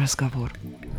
разговор.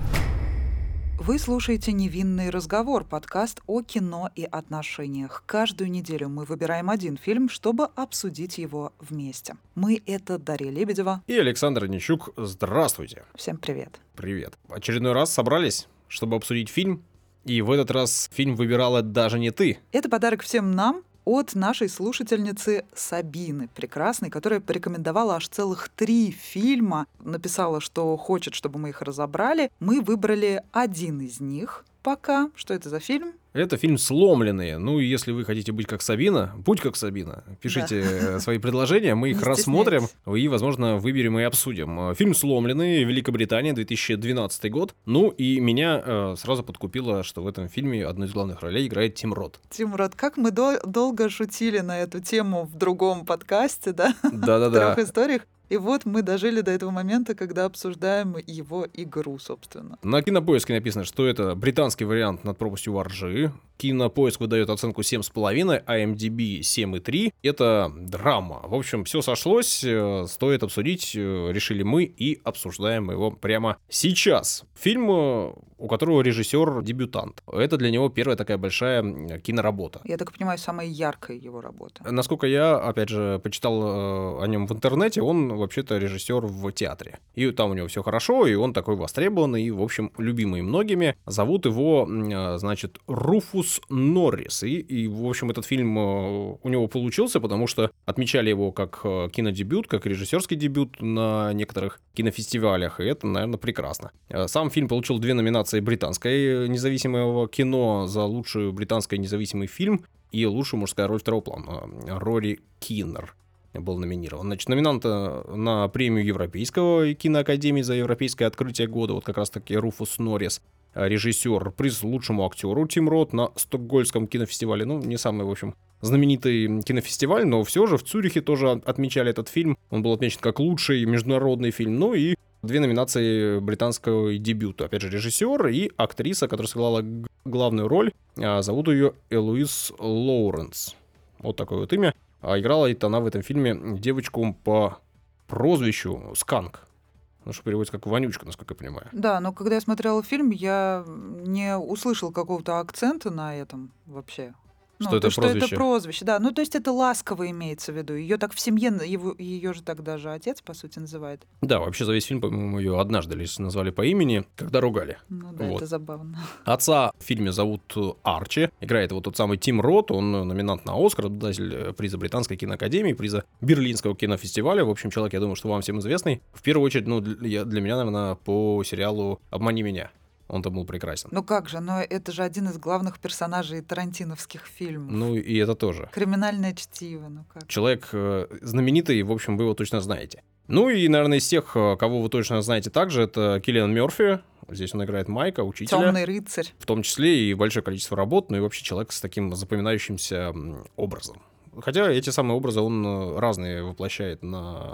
Вы слушаете «Невинный разговор» — подкаст о кино и отношениях. Каждую неделю мы выбираем один фильм, чтобы обсудить его вместе. Мы — это Дарья Лебедева и Александр Онищук. Здравствуйте. Всем привет. Привет. Очередной раз собрались, чтобы обсудить фильм, и в этот раз фильм выбирала даже не ты. Это подарок всем нам от нашей слушательницы Сабины Прекрасной, которая порекомендовала аж целых 3 фильма, написала, что хочет, чтобы мы их разобрали. Мы выбрали один из них пока. Что это за фильм? Это фильм «Сломленные». Ну, и если вы хотите быть как Сабина, будь как Сабина. Пишите свои предложения, мы их рассмотрим и, возможно, выберем и обсудим. Фильм «Сломленные», Великобритания, 2012 год. Ну, и меня сразу подкупило, что в этом фильме одну из главных ролей играет Тим Рот. Тим Рот, как мы долго шутили на эту тему в другом подкасте, да? Да-да-да. В 3 историях. И вот мы дожили до этого момента, когда обсуждаем его игру, собственно. На Кинопоиске написано, что это британский вариант «Над пропастью во ржи». Кинопоиск выдает оценку 7,5, IMDb 7,3. Это драма. В общем, все сошлось, стоит обсудить, решили мы и обсуждаем его прямо сейчас. Фильм, у которого режиссер дебютант. Это для него первая такая большая киноработа. Я так понимаю, самая яркая его работа. Насколько я, опять же, почитал о нем в интернете, он вообще-то режиссер в театре. И там у него все хорошо, и он такой востребованный, и, в общем, любимый многими. Зовут его, значит, Руфус Норрис. И, в общем, этот фильм у него получился, потому что отмечали его как кинодебют, как режиссерский дебют на некоторых кинофестивалях, и это, наверное, прекрасно. Сам фильм получил 2 номинации британской независимого кино за лучший британский независимый фильм и лучшую мужская роль второго плана. Рори Киннер был номинирован. Значит, номинант на премию Европейского киноакадемии за европейское открытие года, вот как раз-таки Руфус Норрис. Режиссер, приз лучшему актеру Тим Рот на Стокгольмском кинофестивале. Ну, не самый, в общем, знаменитый кинофестиваль, но все же в Цюрихе тоже отмечали этот фильм. Он был отмечен как лучший международный фильм. Ну и 2 номинации британского дебюта. Опять же, режиссер и актриса, которая сыграла главную роль. Зовут ее Элоиз Лоуренс. Вот такое вот имя. Играла она в этом фильме девочку по прозвищу Сканк. Ну, что переводится как «вонючка», насколько я понимаю. Да, но когда я смотрела фильм, я не услышал какого-то акцента на этом вообще. Что это прозвище? Что это прозвище, да. Ну, то есть это ласково имеется в виду. Ее так в семье, ее же так даже отец, по сути, называет. Да, вообще за весь фильм, по-моему, ее однажды лишь назвали по имени, когда ругали. Ну да, вот. Это забавно. Отца в фильме зовут Арчи. Играет его тот самый Тим Рот. Он номинант на Оскар, обладатель приза Британской киноакадемии, приза Берлинского кинофестиваля. В общем, человек, я думаю, что вам всем известный. В первую очередь, ну, для меня, наверное, по сериалу «Обмани меня». Он там был прекрасен. Ну как же, но это же один из главных персонажей тарантиновских фильмов. Ну и это тоже. «Криминальное чтиво», ну как. Человек знаменитый, в общем, вы его точно знаете. Ну и, наверное, из тех, кого вы точно знаете также, это Киллиан Мёрфи. Здесь он играет Майка, учителя. Темный рыцарь. В том числе и большое количество работ, ну и вообще человек с таким запоминающимся образом. Хотя эти самые образы он разные воплощает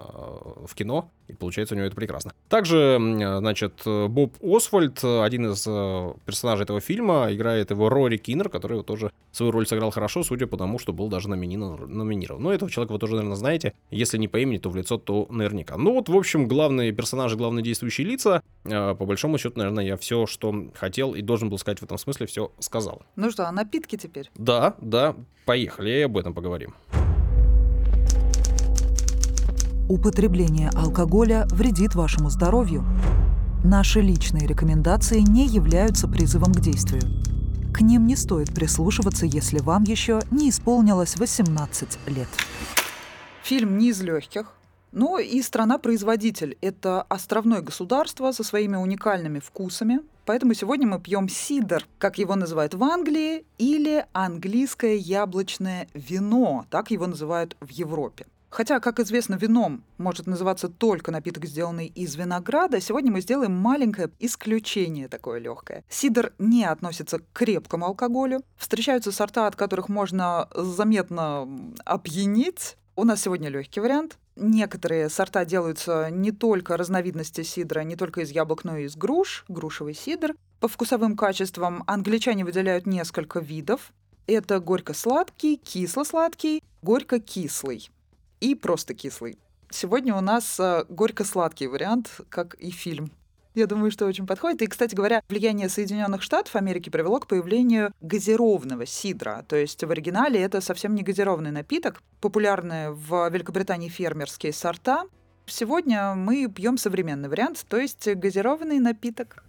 в кино, и получается у него это прекрасно. Также, значит, Боб Освальд, один из персонажей этого фильма, играет его Рори Киннер, который тоже свою роль сыграл хорошо, судя по тому, что был даже номинирован. Но этого человека вы тоже, наверное, знаете. Если не по имени, то в лицо, то наверняка. Ну вот, в общем, главные персонажи, главные действующие лица. По большому счету, наверное, я все, что хотел и должен был сказать в этом смысле, все сказал. Ну что, а напитки теперь? Да, поехали, и об этом поговорим. Употребление алкоголя вредит вашему здоровью. Наши личные рекомендации не являются призывом к действию. К ним не стоит прислушиваться, если вам еще не исполнилось 18 лет. Фильм не из легких. Но и страна-производитель – это островное государство со своими уникальными вкусами. Поэтому сегодня мы пьем сидр, как его называют в Англии, или английское яблочное вино, так его называют в Европе. Хотя, как известно, вином может называться только напиток, сделанный из винограда, сегодня мы сделаем маленькое исключение такое легкое. Сидр не относится к крепкому алкоголю. Встречаются сорта, от которых можно заметно опьянеть. У нас сегодня легкий вариант. Некоторые сорта делаются не только разновидности сидра, не только из яблок, но и из груш, грушевый сидр. По вкусовым качествам англичане выделяют несколько видов. Это горько-сладкий, кисло-сладкий, горько-кислый и просто кислый. Сегодня у нас горько-сладкий вариант, как и фильм. Я думаю, что очень подходит. И, кстати говоря, влияние Соединенных Штатов Америки привело к появлению газированного сидра. То есть в оригинале это совсем не газированный напиток. Популярные в Великобритании фермерские сорта. Сегодня мы пьем современный вариант, то есть газированный напиток.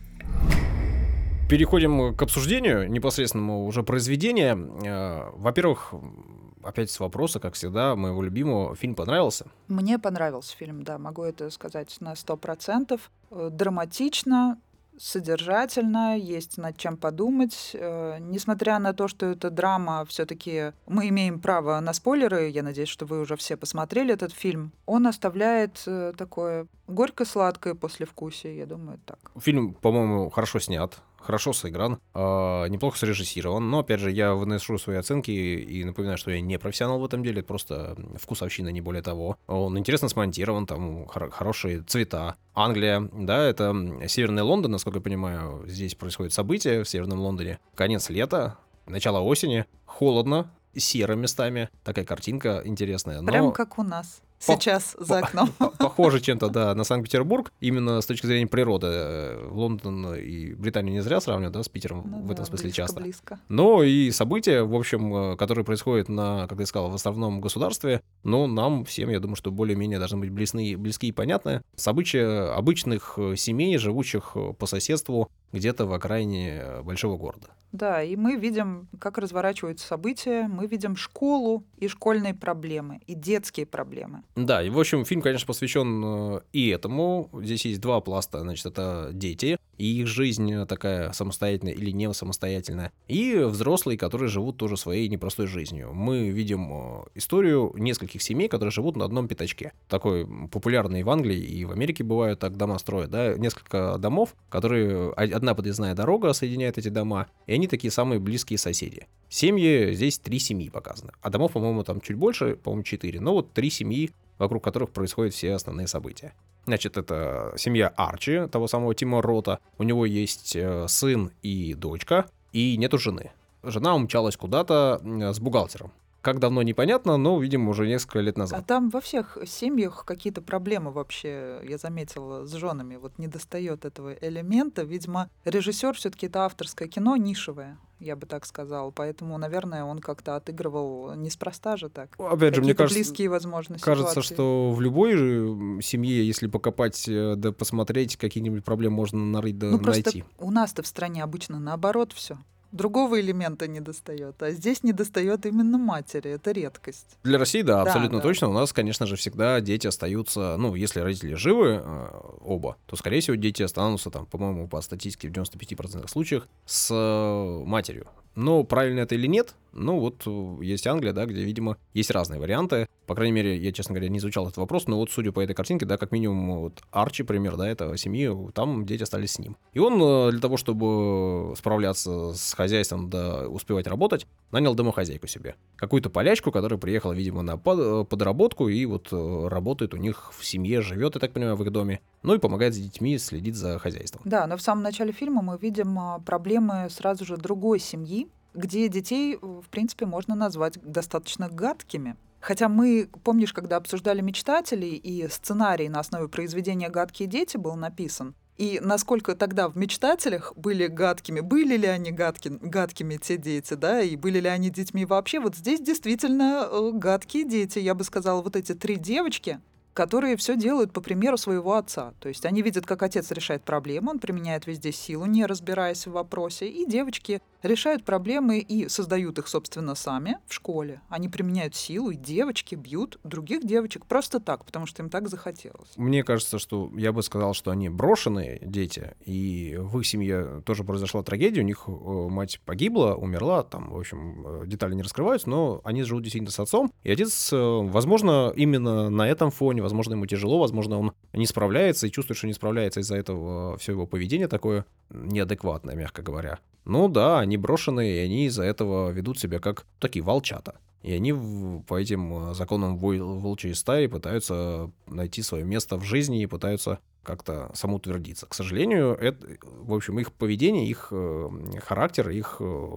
Переходим к обсуждению непосредственному уже произведения. Во-первых, опять с вопроса, как всегда, моего любимого, фильм понравился? Мне понравился фильм, да, могу это сказать на 100%. Драматично, содержательно, есть над чем подумать. Несмотря на то, что это драма, все-таки мы имеем право на спойлеры. Я надеюсь, что вы уже все посмотрели этот фильм. Он оставляет такое горько-сладкое послевкусие, я думаю, так. Фильм, по-моему, хорошо снят, хорошо сыгран, неплохо срежиссирован. Но, опять же, я выношу свои оценки и напоминаю, что я не профессионал в этом деле, это просто вкусовщина, не более того. Он интересно смонтирован, там хорошие цвета. Англия, да, это северный Лондон, насколько я понимаю, здесь происходит событие в северном Лондоне. Конец лета, начало осени, холодно, серо местами, такая картинка интересная. Прям как у нас. Сейчас за окном. Похоже чем-то, да, на Санкт-Петербург. Именно с точки зрения природы. Лондон и Британию не зря сравнивают, да, с Питером в этом смысле часто. Близко. Но и события, в общем, которые происходят на, как я сказал, в основном государстве, но нам всем, я думаю, что более-менее должны быть близки и понятны. События обычных семей, живущих по соседству где-то в окраине большого города. Да, и мы видим, как разворачиваются события, мы видим школу и школьные проблемы, и детские проблемы. Да, и, в общем, фильм, конечно, посвящен и этому. Здесь есть два пласта, значит, это дети, и их жизнь такая самостоятельная или не самостоятельная, и взрослые, которые живут тоже своей непростой жизнью. Мы видим историю нескольких семей, которые живут на одном пятачке. Такой популярный в Англии и в Америке бывают, так дома строят, да, несколько домов, которые, одна подъездная дорога соединяет эти дома, и они такие самые близкие соседи. Семьи, здесь 3 семьи показаны, а домов, по-моему, там чуть больше, по-моему, 4, но вот 3 семьи, вокруг которых происходят все основные события. Значит, это семья Арчи, того самого Тима Рота. У него есть сын и дочка, и нету жены. Жена умчалась куда-то с бухгалтером. Как давно, непонятно, но, видимо, уже несколько лет назад. А там во всех семьях какие-то проблемы вообще, я заметила, с женами. Вот не достает этого элемента. Видимо, режиссер все-таки это авторское кино, нишевое, я бы так сказал. Поэтому, наверное, он как-то отыгрывал неспроста же так. Опять же, мне кажется, близкие, возможно, кажется, ситуации. что в любой же семье, если покопать да посмотреть, какие-нибудь проблемы можно нарыть да найти. Просто у нас-то в стране обычно наоборот все. Другого элемента не достает, а здесь не достает именно матери, это редкость. Для России, да, абсолютно да. точно. У нас, конечно же, всегда дети остаются, ну, если родители живы оба, то, скорее всего, дети останутся, там, по-моему, по статистике в 95% случаях с матерью. Но правильно это или нет, ну вот есть Англия, да, где, видимо, есть разные варианты. По крайней мере, я, честно говоря, не изучал этот вопрос, но вот судя по этой картинке, да, как минимум вот Арчи, пример, да, этого семьи, там дети остались с ним. И он для того, чтобы справляться с хозяйством, да, успевать работать, нанял домохозяйку себе. Какую-то полячку, которая приехала, видимо, на подработку и вот работает у них в семье, живет, я так понимаю, в их доме. Ну и помогает с детьми, следит за хозяйством. Да, но в самом начале фильма мы видим проблемы сразу же другой семьи, где детей, в принципе, можно назвать достаточно гадкими. Хотя мы, помнишь, когда обсуждали «Мечтателей», и сценарий на основе произведения «Гадкие дети» был написан, и насколько тогда в «Мечтателях» были гадкими, были ли они гадкими те дети, да, и были ли они детьми вообще, вот здесь действительно гадкие дети, я бы сказала, вот эти 3 девочки, которые все делают по примеру своего отца. То есть они видят, как отец решает проблемы, он применяет везде силу, не разбираясь в вопросе, и девочки решают проблемы и создают их, собственно, сами в школе. Они применяют силу, и девочки бьют других девочек просто так, потому что им так захотелось. Мне кажется, что я бы сказал, что они брошенные дети, и в их семье тоже произошла трагедия, у них мать погибла, умерла, там, в общем, детали не раскрываются, но они живут действительно с отцом, и отец, возможно, именно на этом фоне, возможно, ему тяжело, возможно, он не справляется и чувствует, что не справляется из-за этого все его поведение такое неадекватное, мягко говоря. Ну да, они брошенные, и они из-за этого ведут себя как такие волчата. И они по этим законам волчьей стаи пытаются найти свое место в жизни и пытаются как-то самоутвердиться. К сожалению, это, в общем, их поведение, их характер, их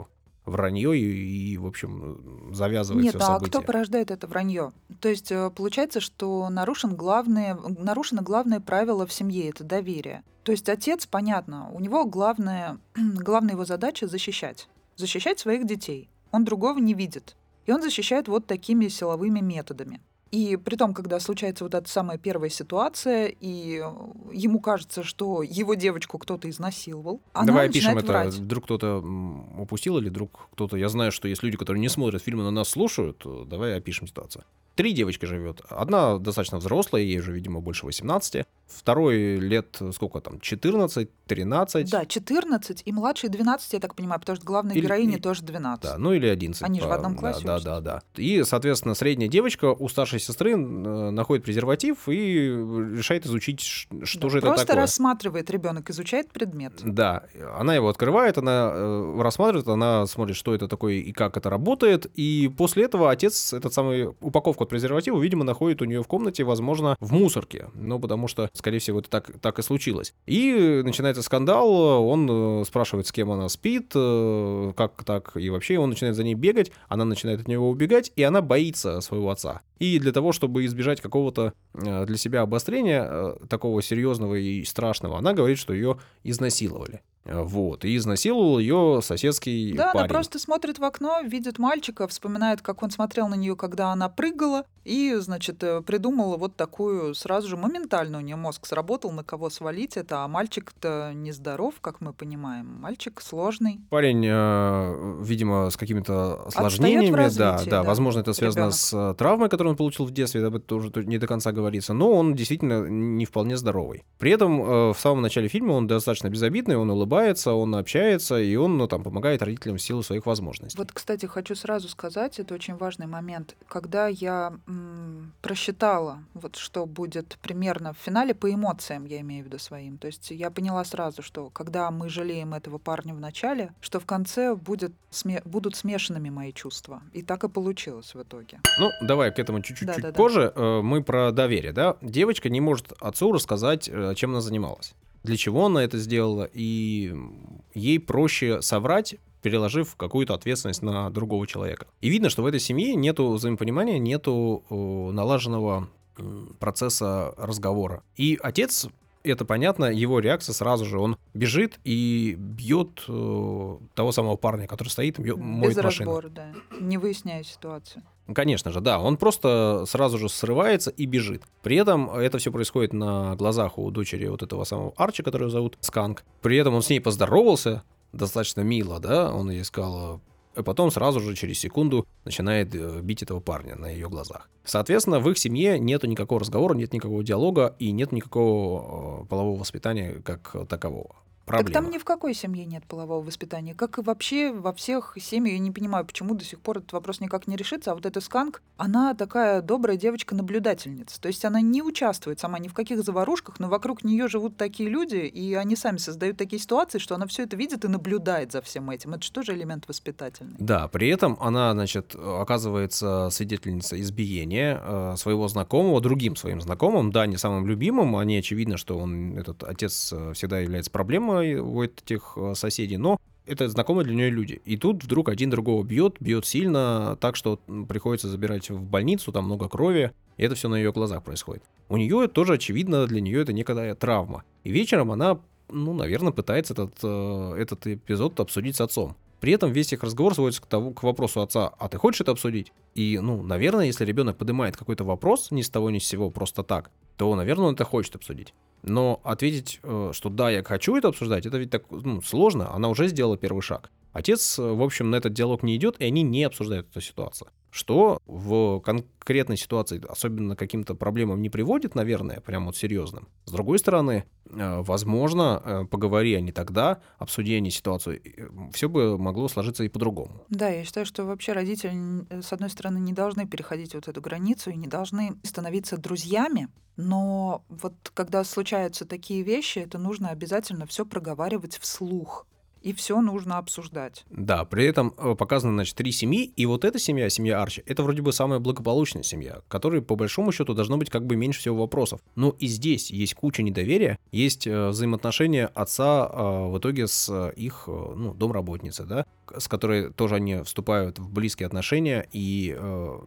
вранье и, в общем, завязывает Нет, все а кто событие. порождает это вранье? То есть получается, что нарушено главное правило в семье — это доверие. То есть отец, понятно, у него главная его задача — защищать. Защищать своих детей. Он другого не видит. И он защищает вот такими силовыми методами. И при том, когда случается вот эта самая первая ситуация, и ему кажется, что его девочку кто-то изнасиловал, она Давай опишем начинает это. врать. Вдруг кто-то упустил или вдруг кто-то... Я знаю, что есть люди, которые не смотрят фильмы, но нас слушают. Давай опишем ситуацию. 3 девочки живет. Одна достаточно взрослая, ей уже, видимо, больше 18. Второй лет, сколько там, 14, 13. Да, 14 и младший 12, я так понимаю, потому что главной героине тоже 12. Да, ну или 11. Они же в одном классе учатся. Да. И, соответственно, средняя девочка у старшей сестры находит презерватив и решает изучить, что же это просто такое. рассматривает, ребенок изучает предмет. Да, она его открывает, она рассматривает, она смотрит, что это такое и как это работает. И после этого отец этот самый упаковку от презерватива, видимо, находит у нее в комнате, возможно, в мусорке. Ну, потому что, скорее всего, это так и случилось. И начинается скандал, он спрашивает, с кем она спит, как так, и вообще он начинает за ней бегать, она начинает от него убегать, и она боится своего отца. И для того, чтобы избежать какого-то для себя обострения, такого серьезного и страшного, она говорит, что ее изнасиловали. Вот. И изнасиловал ее соседский Да, парень. она просто смотрит в окно, видит мальчика, вспоминает, как он смотрел на нее, когда она прыгала, и, значит, придумала вот такую сразу же, моментально у нее мозг сработал, на кого свалить это, а мальчик-то нездоров, как мы понимаем, мальчик сложный. Парень, видимо, с какими-то осложнениями. В развитии, да, возможно, это связано ребенок. с травмой, которую он получил в детстве, об этом тоже не до конца говорится, но он действительно не вполне здоровый. При этом в самом начале фильма он достаточно безобидный, он улыбается, он общается, и он там помогает родителям в силу своих возможностей. Вот, кстати, хочу сразу сказать, это очень важный момент. Когда я просчитала, вот что будет примерно в финале по эмоциям, я имею в виду своим, то есть я поняла сразу, что когда мы жалеем этого парня в начале, что в конце будут смешанными мои чувства. И так и получилось в итоге. Ну, давай к этому чуть-чуть Да. позже. Мы про доверие, да? Девочка не может отцу рассказать, чем она занималась, для чего она это сделала, и ей проще соврать, переложив какую-то ответственность на другого человека. И видно, что в этой семье нету взаимопонимания, нету налаженного процесса разговора. И отец, это понятно, его реакция сразу же, он бежит и бьет того самого парня, который стоит, моет Без машину. разбора, да. Не выясняя ситуацию. Конечно же, да, он просто сразу же срывается и бежит. При этом это все происходит на глазах у дочери вот этого самого Арчи, которого зовут Сканк. При этом он с ней поздоровался достаточно мило, да, он ей сказал, а потом сразу же через секунду начинает бить этого парня на ее глазах. Соответственно, в их семье нету никакого разговора, нет никакого диалога и нет никакого полового воспитания как такового. Проблема. Так там ни в какой семье нет полового воспитания. Как и вообще во всех семьях, я не понимаю, почему до сих пор этот вопрос никак не решится. А вот эта Сканк, она такая добрая девочка-наблюдательница. То есть она не участвует сама ни в каких заварушках, но вокруг нее живут такие люди, и они сами создают такие ситуации, что она все это видит и наблюдает за всем этим. Это же тоже элемент воспитательный. Да, при этом она, значит, оказывается свидетельницей избиения своего знакомого, другим своим знакомым, да, не самым любимым. Они, очевидно, что этот отец всегда является проблемой у этих соседей, но это знакомые для нее люди. И тут вдруг один другого бьет сильно, так что приходится забирать в больницу, там много крови, и это все на ее глазах происходит. У нее тоже, очевидно, для нее это некая травма. И вечером она, наверное, пытается этот эпизод обсудить с отцом. При этом весь их разговор сводится к вопросу отца, а ты хочешь это обсудить? И, наверное, если ребенок поднимает какой-то вопрос ни с того ни с сего просто так, то, наверное, он это хочет обсудить. Но ответить, что да, я хочу это обсуждать, это ведь так сложно, она уже сделала первый шаг. Отец, в общем, на этот диалог не идет, и они не обсуждают эту ситуацию. Что в конкретной ситуации особенно каким-то проблемам не приводит, наверное, прям вот серьезным. С другой стороны, возможно, поговори они тогда, обсуди они ситуацию, все бы могло сложиться и по-другому. Да, я считаю, что вообще родители, с одной стороны, не должны переходить вот эту границу и не должны становиться друзьями, но вот когда случаются такие вещи, это нужно обязательно все проговаривать вслух. И все нужно обсуждать. Да, при этом показано, значит, 3 семьи, и вот эта семья, семья Арчи, это вроде бы самая благополучная семья, которой, по большому счету, должно быть как бы меньше всего вопросов. Но и здесь есть куча недоверия, есть взаимоотношения отца в итоге с их домработницей, да. с которой тоже они вступают в близкие отношения и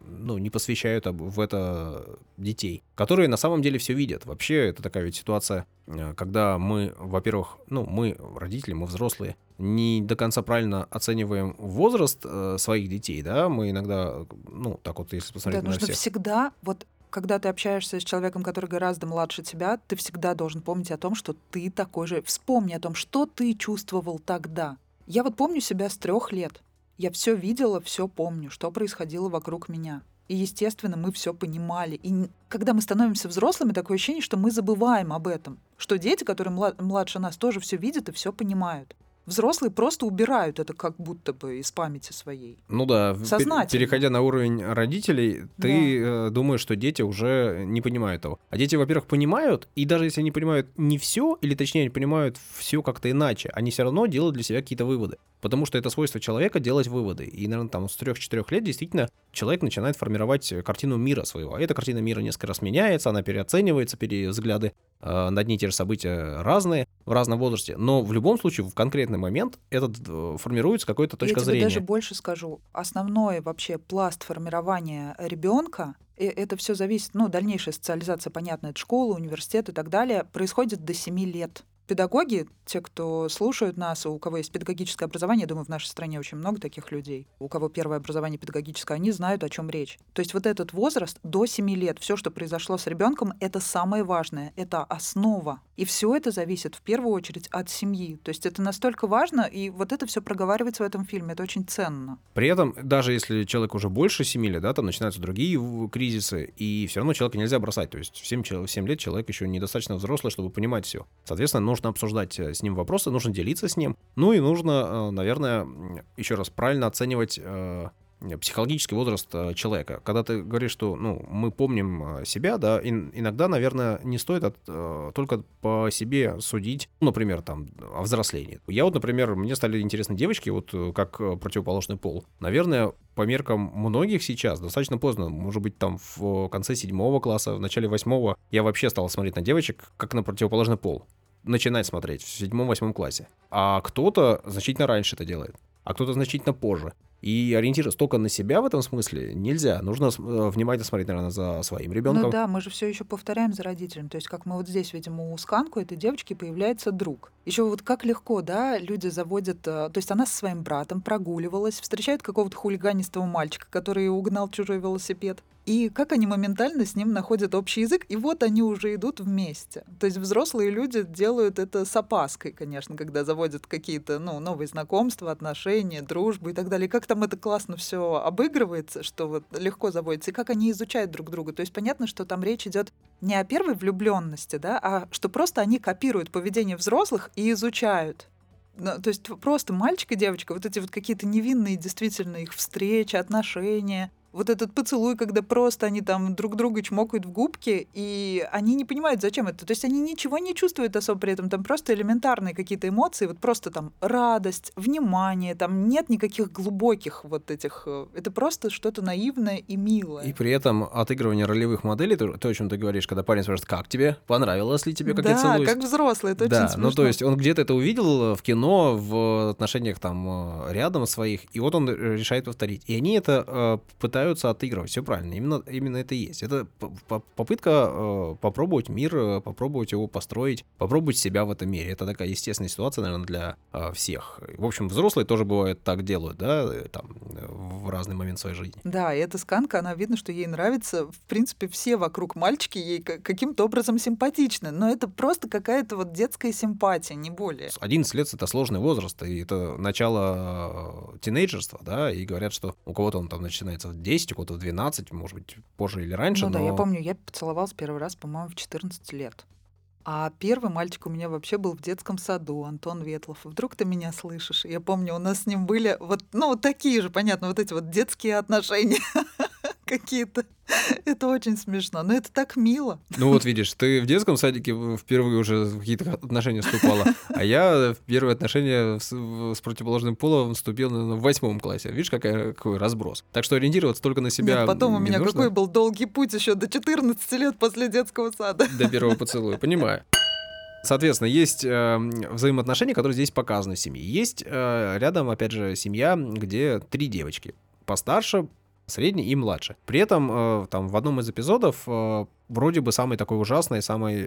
не посвящают в это детей, которые на самом деле все видят. Вообще, это такая ведь ситуация, когда мы, во-первых, мы родители, мы взрослые, не до конца правильно оцениваем возраст своих детей, да, мы иногда, так вот, если посмотреть на нужно всех. Всегда, когда ты общаешься с человеком, который гораздо младше тебя, ты всегда должен помнить о том, что ты такой же. Вспомни о том, что ты чувствовал тогда. Я помню себя с 3 лет. Я все видела, все помню, что происходило вокруг меня. И, естественно, мы все понимали. И когда мы становимся взрослыми, такое ощущение, что мы забываем об этом. Что дети, которые младше нас, тоже все видят и все понимают. Взрослые просто убирают это как будто бы из памяти своей. Ну да, сознательно. Переходя на уровень родителей, ты думаешь, что дети уже не понимают того. А дети, во-первых, понимают, и даже если они понимают не все, или точнее они понимают все как-то иначе, они все равно делают для себя какие-то выводы. Потому что это свойство человека делать выводы. И, наверное, там с 3-4 лет действительно человек начинает формировать картину мира своего. А эта картина мира несколько раз меняется, она переоценивается, взгляды на одни и те же события разные в разном возрасте. Но в любом случае, в конкретный момент формируется какая-то точка зрения. Я тебе даже больше скажу. Основной вообще пласт формирования ребенка, это все зависит, дальнейшая социализация, понятно, это школа, университет и так далее, происходит до 7 лет. Педагоги, те, кто слушают нас, у кого есть педагогическое образование, я думаю, в нашей стране очень много таких людей, у кого первое образование педагогическое, они знают, о чем речь. То есть вот этот возраст до 7 лет, все, что произошло с ребенком, это самое важное, это основа. И все это зависит в первую очередь от семьи. То есть это настолько важно, и вот это все проговаривается в этом фильме, это очень ценно. При этом, даже если человек уже больше 7 лет, да, там начинаются другие кризисы, и все равно человека нельзя бросать. То есть в 7 лет человек еще недостаточно взрослый, чтобы понимать все. Соответственно, нужно обсуждать с ним вопросы, нужно делиться с ним. Ну и нужно, наверное, еще раз правильно оценивать психологический возраст человека. Когда ты говоришь, что мы помним себя, да, иногда, наверное, не стоит только по себе судить, например, там, о взрослении. Я например, мне стали интересны девочки, как противоположный пол. Наверное, по меркам многих сейчас достаточно поздно, может быть, там в конце 7 класса, в начале 8 я вообще стал смотреть на девочек как на противоположный пол. Начинать смотреть в 7-8 классе. А кто-то значительно раньше это делает, а кто-то значительно позже. И ориентироваться только на себя в этом смысле нельзя. Нужно внимательно смотреть, наверное, за своим ребенком. Ну да, мы же все еще повторяем за родителем. То есть, как мы здесь видим у Сканку, этой девочки появляется друг. Еще как легко, да, люди заводят... То есть она со своим братом прогуливалась, встречает какого-то хулиганистого мальчика, который угнал чужой велосипед. И как они моментально с ним находят общий язык, и вот они уже идут вместе. То есть взрослые люди делают это с опаской, конечно, когда заводят какие-то новые знакомства, отношения, дружбу и так далее. И как там это классно все обыгрывается, что легко заводится, и как они изучают друг друга. То есть понятно, что там речь идет не о первой влюбленности, да, а что просто они копируют поведение взрослых и изучают. То есть просто мальчик и девочка, эти какие-то невинные действительно их встречи, отношения, этот поцелуй, когда просто они там друг друга чмокают в губки, и они не понимают, зачем это. То есть они ничего не чувствуют особо при этом, там просто элементарные какие-то эмоции, просто там радость, внимание, там нет никаких глубоких этих... Это просто что-то наивное и милое. И при этом отыгрывание ролевых моделей, то, о чем ты говоришь, когда парень спрашивает, как тебе, понравилось ли тебе, как я целуюсь? Да, как взрослый, это очень смешно. То есть он где-то это увидел в кино, в отношениях там рядом своих, и вот он решает повторить. И они это пытаются отыгрывать, все правильно, именно это и есть. Это попытка попробовать мир, попробовать его построить, попробовать себя в этом мире. Это такая естественная ситуация, наверное, для всех. В общем, взрослые тоже бывает так делают, да, там, в разный момент своей жизни. Да, и эта Сканка, она видно, что ей нравится, в принципе, все вокруг мальчики ей каким-то образом симпатичны, но это просто какая-то детская симпатия, не более. 11 лет — это сложный возраст, и это начало тинейджерства, да, и говорят, что у кого-то он там начинается в 10, у кого-то в 12, может быть, позже или раньше. Да, я помню, я поцеловалась первый раз, по-моему, в 14 лет. А первый мальчик у меня вообще был в детском саду, Антон Ветлов. Вдруг ты меня слышишь? Я помню, у нас с ним были такие же, понятно, эти детские отношения какие-то. Это очень смешно, но это так мило. Видишь, ты в детском садике впервые уже в какие-то отношения вступала, а я в первые отношения с противоположным полом вступил в 8 классе. Видишь, какой разброс. Так что ориентироваться только на себя. Нет, потом у меня какой был долгий путь еще до 14 лет после детского сада. До первого поцелуя, понимаю. Соответственно, есть взаимоотношения, которые здесь показаны в семье. Есть рядом, опять же, семья, где 3 девочки. Постарше, средний и младше. При этом там в одном из эпизодов вроде бы самый такой ужасный, самый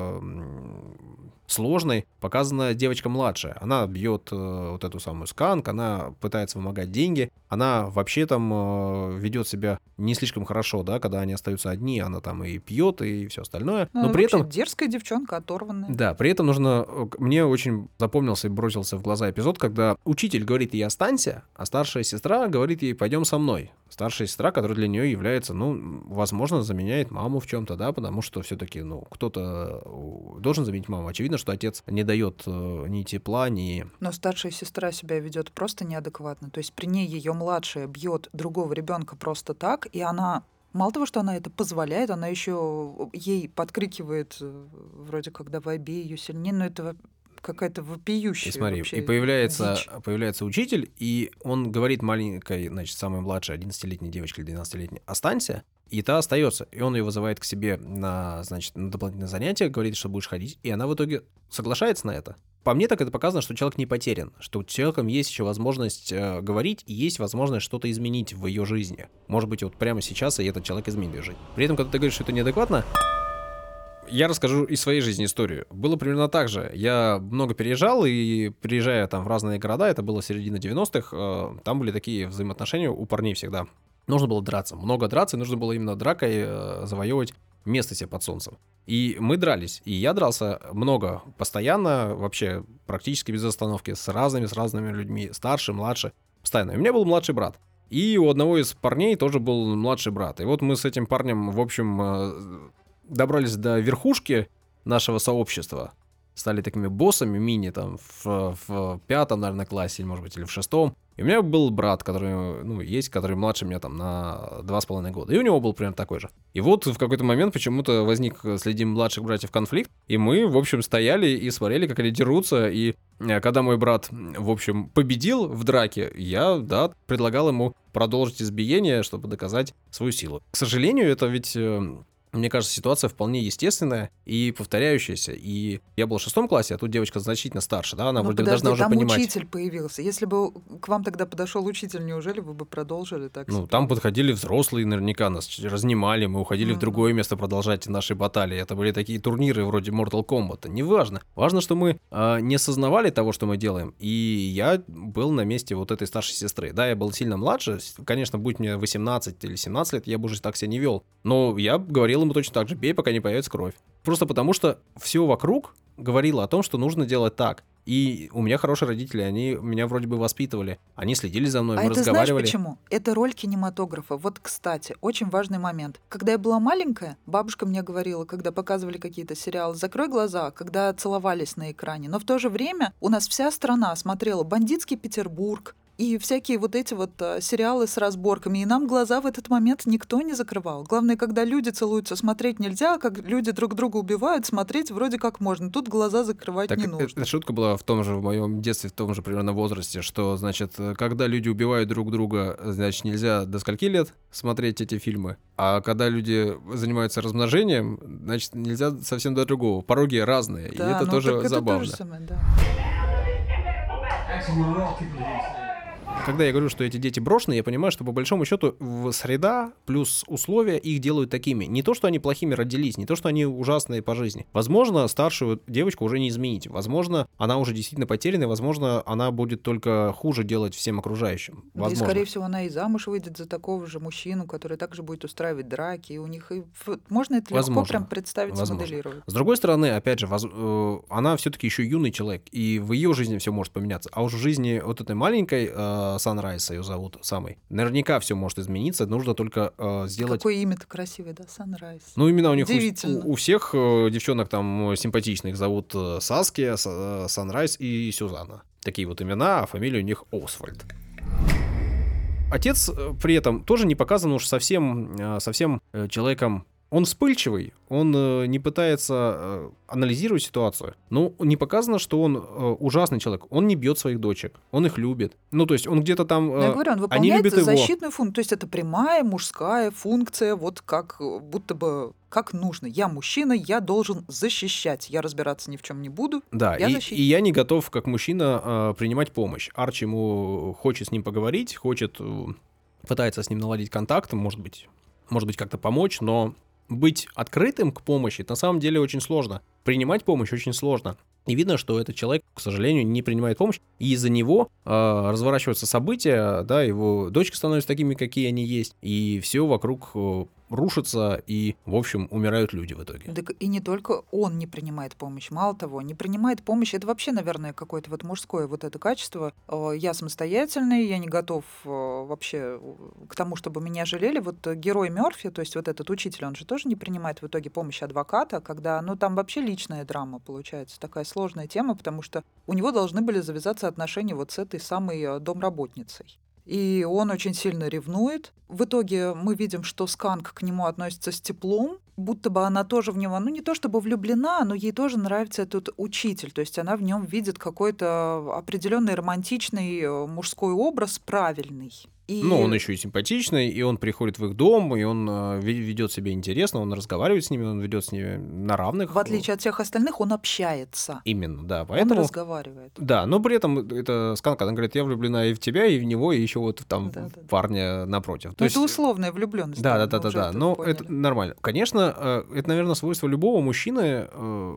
сложной показана девочка младшая. Она бьет вот эту самую Сканк, она пытается вымогать деньги, она вообще там ведет себя не слишком хорошо, да, когда они остаются одни, она там и пьет, и все остальное. Но при этом дерзкая девчонка, оторванная. Да, при этом нужно... Мне очень запомнился и бросился в глаза эпизод, когда учитель говорит ей «останься», а старшая сестра говорит ей «пойдем со мной». Старшая сестра, которая для нее является, возможно, заменяет маму в чем-то, да, потому что все-таки, кто-то должен заменить маму. Очевидно, что отец не дает ни тепла, ни... Но старшая сестра себя ведет просто неадекватно. То есть при ней ее младшая бьет другого ребенка просто так, и она... Мало того, что она это позволяет, она еще ей подкрикивает вроде как «давай бей ее сильнее», но это какая-то вопиющая. И смотри, вообще и появляется дичь. учитель, и он говорит маленькой, значит, самой младшей, 11-летней девочке или 12-летней, «останься», и та остается. И он ее вызывает к себе на дополнительное занятие, говорит, что будешь ходить, и она в итоге соглашается на это. По мне так это показано, что человек не потерян, что у человека есть еще возможность говорить, и есть возможность что-то изменить в ее жизни. Может быть, вот прямо сейчас и этот человек изменит ее жизнь. При этом, когда ты говоришь, что это неадекватно, я расскажу из своей жизни историю. Было примерно так же. Я много переезжал, и приезжая там в разные города, это было середина 90-х, там были такие взаимоотношения у парней всегда. Нужно было драться, много драться, и нужно было именно дракой завоевывать место себе под солнцем. И мы дрались, и я дрался много, постоянно, вообще практически без остановки, с разными людьми, старше, младше, постоянно. И у меня был младший брат. И у одного из парней тоже был младший брат. И вот мы с этим парнем, в общем, добрались до верхушки нашего сообщества, стали такими боссами мини там в 5-м, наверное, классе, или, может быть, или в 6-м. И у меня был брат, который младше меня там на 2,5 года. И у него был примерно такой же. И вот в какой-то момент почему-то возник среди младших братьев конфликт, и мы, в общем, стояли и смотрели, как они дерутся. И когда мой брат, в общем, победил в драке, я, предлагал ему продолжить избиение, чтобы доказать свою силу. К сожалению, это ведь... Мне кажется, ситуация вполне естественная и повторяющаяся. И я был в 6 классе, а тут девочка значительно старше, да, она вроде должна уже понимать. Там учитель появился. Если бы к вам тогда подошел учитель, неужели вы бы продолжили так? Там подходили взрослые, наверняка нас разнимали, мы уходили в другое место продолжать наши баталии. Это были такие турниры вроде Mortal Kombat. Неважно. Важно, что мы не осознавали того, что мы делаем. И я был на месте вот этой старшей сестры. Да, я был сильно младше. Конечно, будь мне 18 или 17 лет, я бы уже так себя не вел. Но я говорил ему точно так же: бей, пока не появится кровь. Просто потому что все вокруг говорило о том, что нужно делать так. И у меня хорошие родители, они меня вроде бы воспитывали, они следили за мной, мы разговаривали. Знаешь почему? Это роль кинематографа. Вот, кстати, очень важный момент. Когда я была маленькая, бабушка мне говорила, когда показывали какие-то сериалы: закрой глаза, когда целовались на экране. Но в то же время у нас вся страна смотрела «Бандитский Петербург», и всякие вот эти вот сериалы с разборками. И нам глаза в этот момент никто не закрывал. Главное, когда люди целуются, смотреть нельзя, а как люди друг друга убивают, смотреть вроде как можно. Тут глаза закрывать не нужно. Эта шутка была в моем детстве, в том же примерно возрасте, что, значит, когда люди убивают друг друга, значит, нельзя до скольки лет смотреть эти фильмы, а когда люди занимаются размножением, значит, нельзя совсем до другого. Пороги разные, да, и это тоже забавно. Это то же самое, да. Когда я говорю, что эти дети брошенные, я понимаю, что по большому счету среда плюс условия их делают такими. Не то, что они плохими родились, не то, что они ужасные по жизни. Возможно, старшую девочку уже не изменить. Возможно, она уже действительно потеряна, возможно, она будет только хуже делать всем окружающим. Возможно. И, скорее всего, она и замуж выйдет за такого же мужчину, который также будет устраивать драки. И у них можно это легко прям представить, смоделировать. С другой стороны, опять же, она все-таки еще юный человек, и в ее жизни все может поменяться. А уж в жизни вот этой маленькой Sunrise ее зовут самой. Наверняка все может измениться, нужно только сделать... Какое имя-то красивое, да, Sunrise. Имена у них у всех девчонок там симпатичных зовут Саски, Sunrise и Сюзанна. Такие вот имена, а фамилия у них Освальд. Отец при этом тоже не показан уж совсем человеком. Он вспыльчивый, он не пытается анализировать ситуацию. Но не показано, что он ужасный человек. Он не бьет своих дочек, он их любит. То есть он где-то там... Я говорю, он выполняет защитную функцию. То есть это прямая мужская функция, вот как будто бы как нужно. Я мужчина, я должен защищать. Я разбираться ни в чем не буду. Да, я и я не готов, как мужчина, принимать помощь. Арчи ему хочет с ним поговорить, пытается с ним наладить контакт, может быть, как-то помочь, но быть открытым к помощи на самом деле очень сложно. Принимать помощь очень сложно. И видно, что этот человек, к сожалению, не принимает помощь, и из-за него разворачиваются события, да, его дочки становятся такими, какие они есть, и все вокруг рушится, и, в общем, умирают люди в итоге. Так и не только он не принимает помощь. Мало того, не принимает помощь. Это вообще, наверное, какое-то вот мужское вот это качество. Я самостоятельный, я не готов вообще к тому, чтобы меня жалели. Вот герой Мёрфи, то есть вот этот учитель, он же тоже не принимает в итоге помощь адвоката, когда, там вообще личная драма получается. Такая сложная тема, потому что у него должны были завязаться отношения вот с этой самой домработницей. И он очень сильно ревнует. В итоге мы видим, что Сканк к нему относится с теплом, будто бы она тоже в него, не то чтобы влюблена, но ей тоже нравится этот учитель. То есть она в нем видит какой-то определенный романтичный мужской образ, правильный. Ну, он еще и симпатичный, и он приходит в их дом, и он ведет себя интересно, он разговаривает с ними, он ведет с ними на равных. В отличие от всех остальных, он общается. Именно, да. Поэтому... Он разговаривает. Да, но при этом это Сканк, она говорит, я влюблена и в тебя, и в него, и еще вот там парня напротив. То это условная влюбленность. Да. Но это нормально. Конечно, это, наверное, свойство любого мужчины.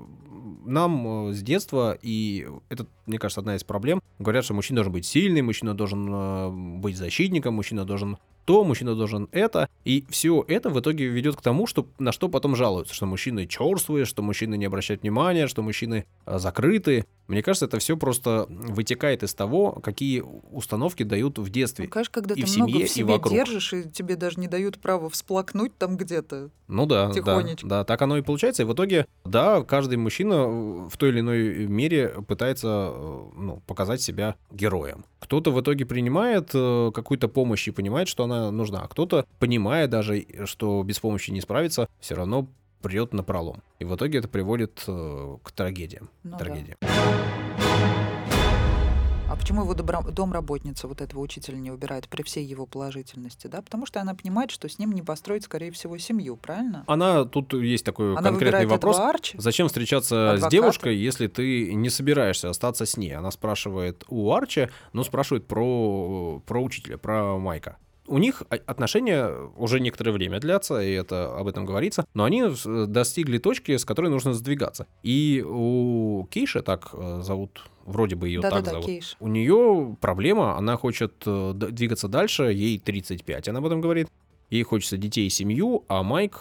Нам с детства, и это, мне кажется, одна из проблем, говорят, что мужчина должен быть сильный, мужчина должен быть защитником, мужчина должен то, мужчина должен это, и все это в итоге ведет к тому, на что потом жалуются, что мужчины черствые, что мужчины не обращают внимания, что мужчины закрыты. Мне кажется, это все просто вытекает из того, какие установки дают в детстве. Конечно, когда и ты в много семье, в себе и вокруг. держишь, и тебе даже не дают права всплакнуть там где-то. Тихонечко. Да, так оно и получается. И в итоге, да, каждый мужчина в той или иной мере пытается показать себя героем. Кто-то в итоге принимает какую-то помощь и понимает, что она нужна. А кто-то, понимая даже, что без помощи не справится, все равно прет напролом. И в итоге это приводит к трагедиям. Да. А почему его домработница вот этого учителя не убирает при всей его положительности? Да? Потому что она понимает, что с ним не построить, скорее всего, семью, правильно? Тут есть такой конкретный вопрос. Зачем встречаться с девушкой, если ты не собираешься остаться с ней? Она спрашивает у Арчи, но спрашивает про учителя, про Майка. У них отношения уже некоторое время длятся, и об этом говорится, но они достигли точки, с которой нужно сдвигаться. И у Кейши, так зовут, вроде бы ее так зовут, Кейш. У нее проблема, она хочет двигаться дальше, ей 35, она об этом говорит. Ей хочется детей и семью, а Майк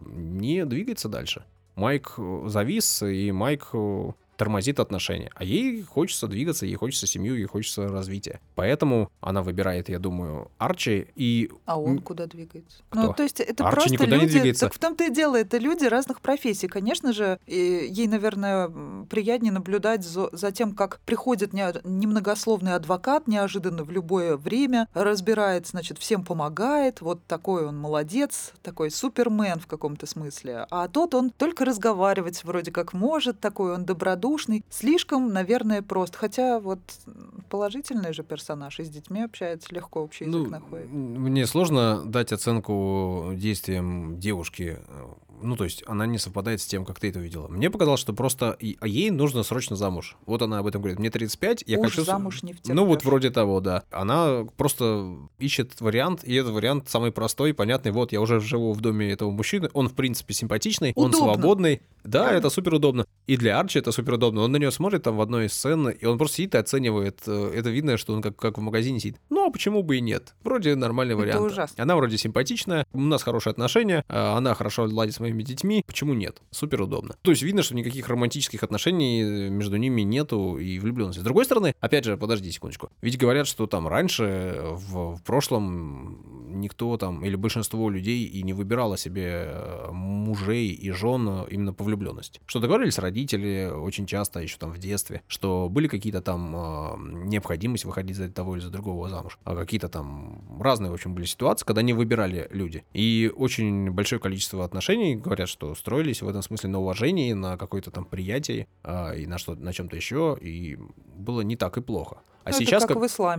не двигается дальше. Майк завис, и Майк тормозит отношения. А ей хочется двигаться, ей хочется семью, ей хочется развития. Поэтому она выбирает, я думаю, Арчи и... А он куда двигается? Кто? То есть это Арчи просто никуда люди... не двигается. Так в том-то и дело, это люди разных профессий. Конечно же, ей, наверное, приятнее наблюдать за тем, как приходит немногословный адвокат неожиданно в любое время, разбирает, значит, всем помогает. Вот такой он молодец, такой супермен в каком-то смысле. А тот он только разговаривать вроде как может, такой он добродушный. Слишком, наверное, прост. Хотя вот положительный же персонаж, и с детьми общается, легко общий язык находит. Мне сложно дать оценку действиям девушки. То есть она не совпадает с тем, как ты это видела. Мне показалось, что просто ей нужно срочно замуж. Вот она об этом говорит. Мне 35, я хочу... замуж не втерпёшь. Вот вроде того, да. Она просто ищет вариант, и этот вариант самый простой, понятный. Вот, я уже живу в доме этого мужчины, он, в принципе, симпатичный, удобно. Он свободный. Да, это супер удобно. И для Арчи это супер удобно. Он на нее смотрит там в одной из сцен, и он просто сидит и оценивает. Это видно, что он как в магазине сидит. А почему бы и нет? Вроде нормальный вариант. Это ужасно. Она вроде симпатичная, у нас хорошие отношения, она хорошо ладит с моими детьми. Почему нет? Супер удобно. То есть видно, что никаких романтических отношений между ними нету и влюбленности. С другой стороны, опять же, подожди секундочку. Ведь говорят, что там раньше, в прошлом, никто там, или большинство людей и не выбирало себе мужей и жен именно по влюбленности. Что договорились родители очень часто, еще там в детстве, что были какие-то там необходимость выходить за того или за другого замуж. А какие-то там разные, в общем, были ситуации, когда не выбирали люди. И очень большое количество отношений, говорят, что строились в этом смысле на уважении, на какой-то там приятии и на чем-то еще, и было не так и плохо. А это сейчас как в исламе.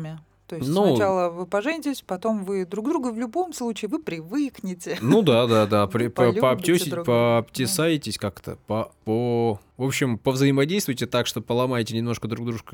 То есть сначала вы поженитесь, потом вы друг друга в любом случае вы привыкнете. Ну да. Полюбите Пообтесаетесь как-то, в общем, повзаимодействуйте так, что поломаете немножко друг дружку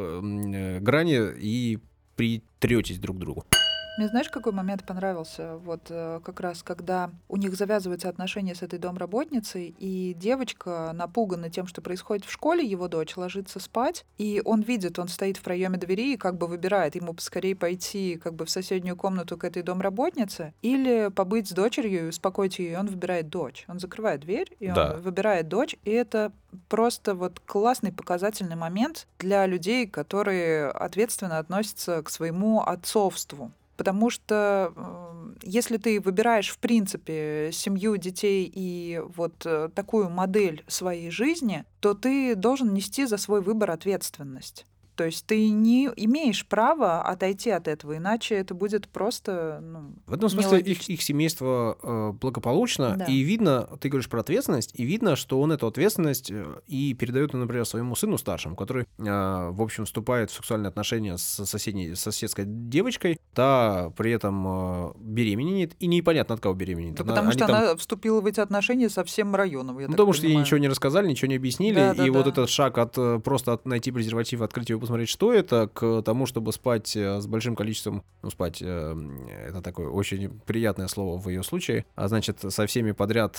грани и притретесь друг к другу. Мне знаешь, какой момент понравился? Вот как раз, когда у них завязываются отношения с этой домработницей, и девочка, напугана тем, что происходит в школе, его дочь ложится спать, и он видит, он стоит в проеме двери и как бы выбирает, ему поскорее пойти как бы в соседнюю комнату к этой домработнице или побыть с дочерью и успокоить ее, и он выбирает дочь. Он закрывает дверь, и он выбирает дочь, и это просто вот классный показательный момент для людей, которые ответственно относятся к своему отцовству. Потому что если ты выбираешь, в принципе, семью, детей и вот такую модель своей жизни, то ты должен нести за свой выбор ответственность. То есть ты не имеешь права отойти от этого, иначе это будет просто в этом смысле их семейство благополучно, Да. и видно, ты говоришь про ответственность, и видно, что он эту ответственность и передает, например, своему сыну старшему, который, в общем, вступает в сексуальные отношения с соседской девочкой, та при этом беременеет, и непонятно, от кого беременеет. Да, потому что она вступила в эти отношения со всем районом, я так потому что ей понимаю. ничего не рассказали, ничего не объяснили, вот этот шаг от просто найти презерватив, открыть его, посмотреть, что это, к тому, чтобы спать с большим количеством, спать, это такое очень приятное слово в ее случае, значит, со всеми подряд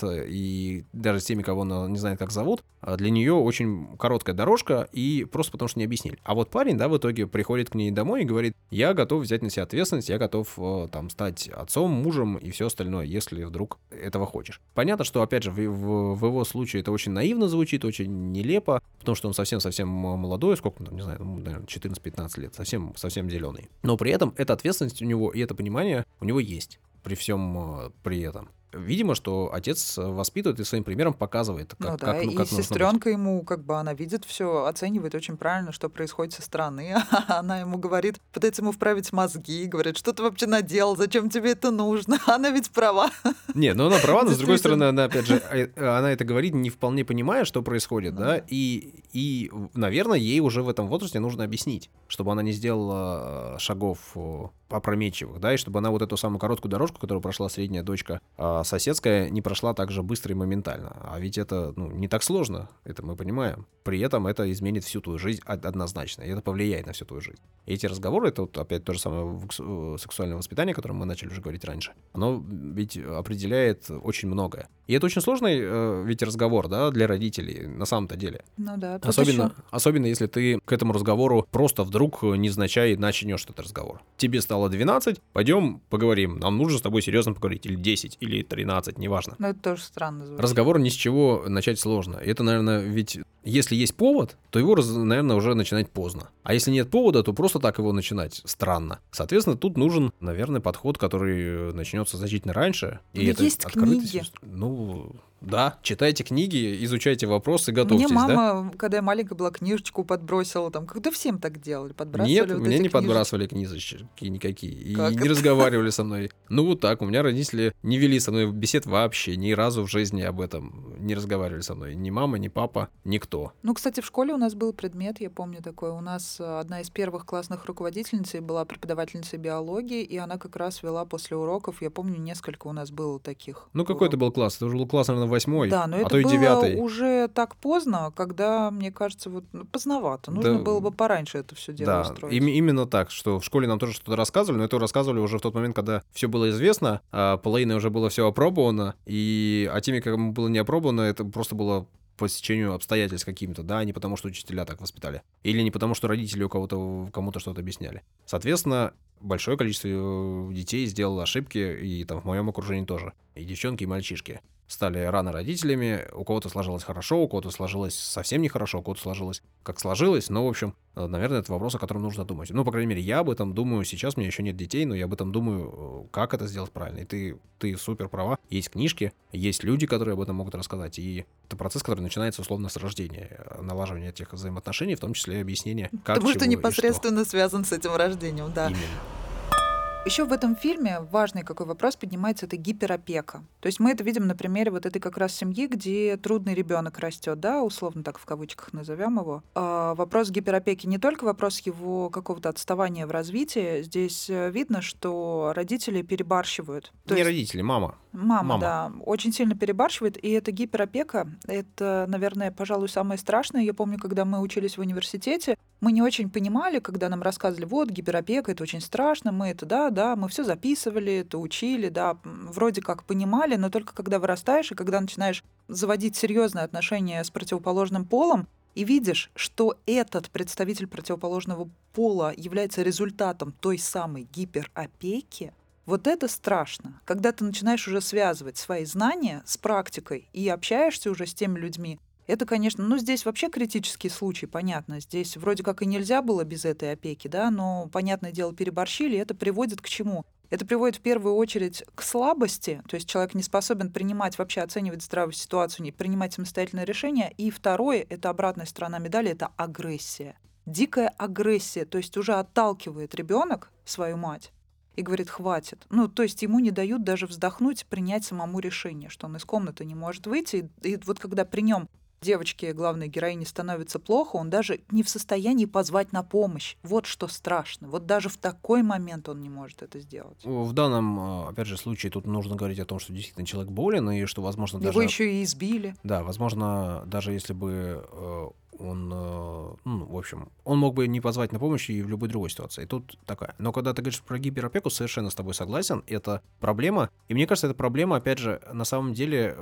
и даже с теми, кого она не знает, как зовут, для нее очень короткая дорожка, и просто потому что не объяснили. А вот парень, в итоге приходит к ней домой и говорит: я готов взять на себя ответственность, я готов стать отцом, мужем и все остальное, если вдруг этого хочешь. Понятно, что, опять же, в его случае это очень наивно звучит, очень нелепо, потому что он совсем-совсем молодой, сколько он там, не знаю, наверное, 14-15 лет, совсем зеленый. Но при этом эта ответственность у него и это понимание у него есть, при всем при этом. Видимо, что отец воспитывает и своим примером показывает, как и нужно сестренка ему, она видит все, оценивает очень правильно, что происходит со стороны. Она ему говорит, пытается ему вправить мозги, говорит, что ты вообще наделал, зачем тебе это нужно? Она ведь права. Не, она права, но с другой стороны, она, опять же, она это говорит, не вполне понимая, что происходит, и, наверное, ей уже в этом возрасте нужно объяснить, чтобы она не сделала шагов опрометчивых, и чтобы она вот эту самую короткую дорожку, которую прошла средняя дочка соседская, не прошла так же быстро и моментально. А ведь это не так сложно, это мы понимаем. При этом это изменит всю твою жизнь однозначно, и это повлияет на всю твою жизнь. И эти разговоры, это вот опять то же самое сексуальное воспитание, о котором мы начали уже говорить раньше, оно ведь определяет очень многое. И это очень сложный ведь разговор, для родителей, на самом-то деле. Особенно если ты к этому разговору просто вдруг невзначай начнешь этот разговор. Тебе стало 12, пойдем поговорим, нам нужно с тобой серьезно поговорить, или 10, или 13, неважно. Но это тоже странно звучит. Разговор ни с чего начать сложно. И это, наверное, ведь если есть повод, то его, наверное, уже начинать поздно. А если нет повода, то просто так его начинать странно. Соответственно, тут нужен, наверное, подход, который начнется значительно раньше. И это есть книги. Да, читайте книги, изучайте вопросы, готовьтесь. Мне мама, когда я маленькая была, книжечку подбросила, когда всем так делали, подбрасывали. Нет, мне не подбрасывали книжечки никакие, и не разговаривали со мной. Вот так, у меня родители не вели со мной бесед вообще, ни разу в жизни об этом не разговаривали со мной. Ни мама, ни папа, никто. Кстати, в школе у нас был предмет, я помню такой, у нас одна из первых классных руководительниц была преподавательницей биологии, и она как раз вела после уроков, я помню, несколько у нас было таких. Какой это был класс? Это уже был класс, наверное, 8-й, да, но это то и 9-й. было уже так поздно, когда, мне кажется, поздновато. Нужно было бы пораньше это все дело устроить. Именно так, что в школе нам тоже что-то рассказывали, но это рассказывали уже в тот момент, когда все было известно, половиной уже было все опробовано, а теми, кому было не опробовано, это просто было по стечению обстоятельств каким-то, не потому что учителя так воспитали, или не потому что родители кому-то что-то объясняли. Соответственно, большое количество детей сделало ошибки, и в моем окружении тоже, и девчонки, и мальчишки. Стали рано родителями, у кого-то сложилось хорошо, у кого-то сложилось совсем нехорошо, у кого-то сложилось как сложилось, но, в общем, наверное, это вопрос, о котором нужно думать. По крайней мере, я об этом думаю, сейчас у меня еще нет детей, но я об этом думаю, как это сделать правильно. И ты супер права, есть книжки, есть люди, которые об этом могут рассказать, и это процесс, который начинается условно с рождения, налаживания этих взаимоотношений, в том числе и объяснения, как, потому чего что непосредственно и что. связан с этим рождением, да. Именно. Еще в этом фильме важный какой вопрос поднимается — это гиперопека. То есть мы это видим на примере вот этой как раз семьи, где трудный ребенок растет, да, условно так в кавычках назовем его. А вопрос гиперопеки не только вопрос его какого-то отставания в развитии. Здесь видно, что родители перебарщивают. То Не есть родители, мама. мама, да, очень сильно перебарщивает, и эта гиперопека — это, наверное, пожалуй, самое страшное. Я помню, когда мы учились в университете, мы не очень понимали, когда нам рассказывали, вот, гиперопека — это очень страшно, мы это, да, мы все записывали, это учили, да, вроде как понимали, но только когда вырастаешь и когда начинаешь заводить серьезные отношения с противоположным полом, и видишь, что этот представитель противоположного пола является результатом той самой гиперопеки, вот это страшно. Когда ты начинаешь уже связывать свои знания с практикой и общаешься уже с теми людьми, это, конечно, здесь вообще критический случай, понятно. Здесь вроде как и нельзя было без этой опеки, да, но, понятное дело, переборщили, и это приводит к чему? Это приводит в первую очередь к слабости, то есть человек не способен принимать, вообще оценивать здравую ситуацию, не принимать самостоятельные решения. И второе, это обратная сторона медали, это агрессия. Дикая агрессия, то есть уже отталкивает ребенок свою мать и говорит, хватит. То есть ему не дают даже вздохнуть, принять самому решение, что он из комнаты не может выйти. И вот когда при нем девочке, главной героине, становится плохо, он даже не в состоянии позвать на помощь. Вот что страшно. Вот даже в такой момент он не может это сделать. В данном, опять же, случае тут нужно говорить о том, что действительно человек болен, и что, возможно, даже... Его еще и избили. Да, возможно, даже если бы он, в общем, он мог бы не позвать на помощь и в любой другой ситуации. И тут такая. Но когда ты говоришь про гиперопеку, совершенно с тобой согласен, это проблема. И мне кажется, эта проблема, опять же, на самом деле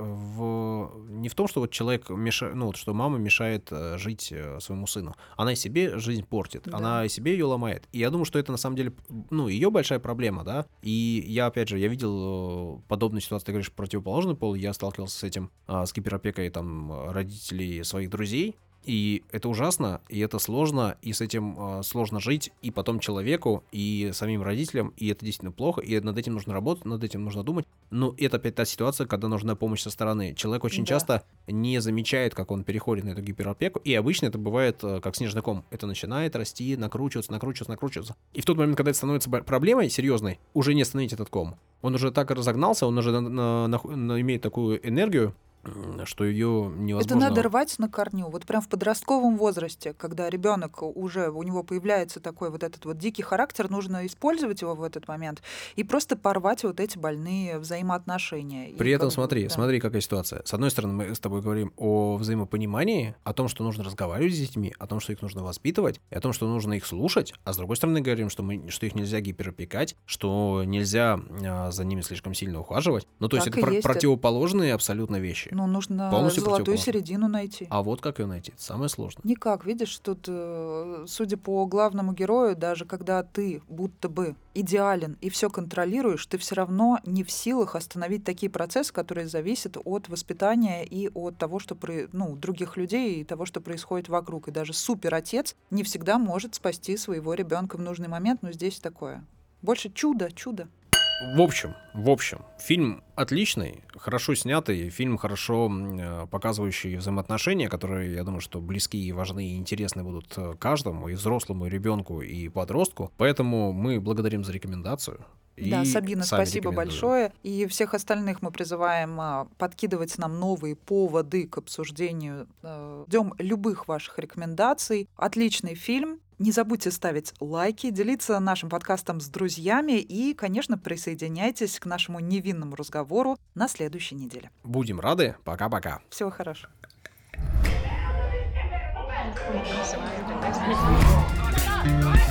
не в том, что вот человек мешает, что мама мешает жить своему сыну. Она и себе жизнь портит, Да. она и себе ее ломает. И я думаю, что это на самом деле, ее большая проблема, да. И я, опять же, я видел подобную ситуацию, ты говоришь, противоположный пол, я сталкивался с этим, с гиперопекой там родителей своих друзей. И это ужасно, и это сложно, и с этим сложно жить и потом человеку, и самим родителям, и это действительно плохо, и над этим нужно работать, над этим нужно думать. Но это опять та ситуация, когда нужна помощь со стороны. Человек очень часто не замечает, как он переходит на эту гиперопеку, и обычно это бывает как снежный ком. Это начинает расти, накручиваться. И в тот момент, когда это становится проблемой серьезной, уже не остановить этот ком. Он уже так разогнался, он уже имеет такую энергию, что ее невозможно... Это надо рвать на корню. Вот прям в подростковом возрасте, когда ребенок уже, у него появляется такой вот этот вот дикий характер, нужно использовать его в этот момент и просто порвать вот эти больные взаимоотношения. При этом смотри, какая ситуация. С одной стороны, мы с тобой говорим о взаимопонимании, о том, что нужно разговаривать с детьми, о том, что их нужно воспитывать, и о том, что нужно их слушать, а с другой стороны говорим, что их нельзя гиперопекать, что нельзя за ними слишком сильно ухаживать. То есть это противоположные абсолютно вещи. Нужно полностью золотую середину найти. А вот как ее найти? Это самое сложное. Никак. Видишь, тут, судя по главному герою, даже когда ты будто бы идеален и все контролируешь, ты все равно не в силах остановить такие процессы, которые зависят от воспитания и от того, что других людей и того, что происходит вокруг. И даже суперотец не всегда может спасти своего ребенка в нужный момент, но здесь такое. Больше чудо. В общем, фильм отличный, хорошо снятый, фильм хорошо показывающий взаимоотношения, которые, я думаю, что близкие и важны и интересны будут каждому, и взрослому, и ребенку, и подростку. Поэтому мы благодарим за рекомендацию. Да, Сабина, спасибо большое. И всех остальных мы призываем подкидывать нам новые поводы к обсуждению. Ждем любых ваших рекомендаций. Отличный фильм. Не забудьте ставить лайки, делиться нашим подкастом с друзьями и, конечно, присоединяйтесь к нашему невинному разговору на следующей неделе. Будем рады. Пока-пока. Всего хорошего. Thank you.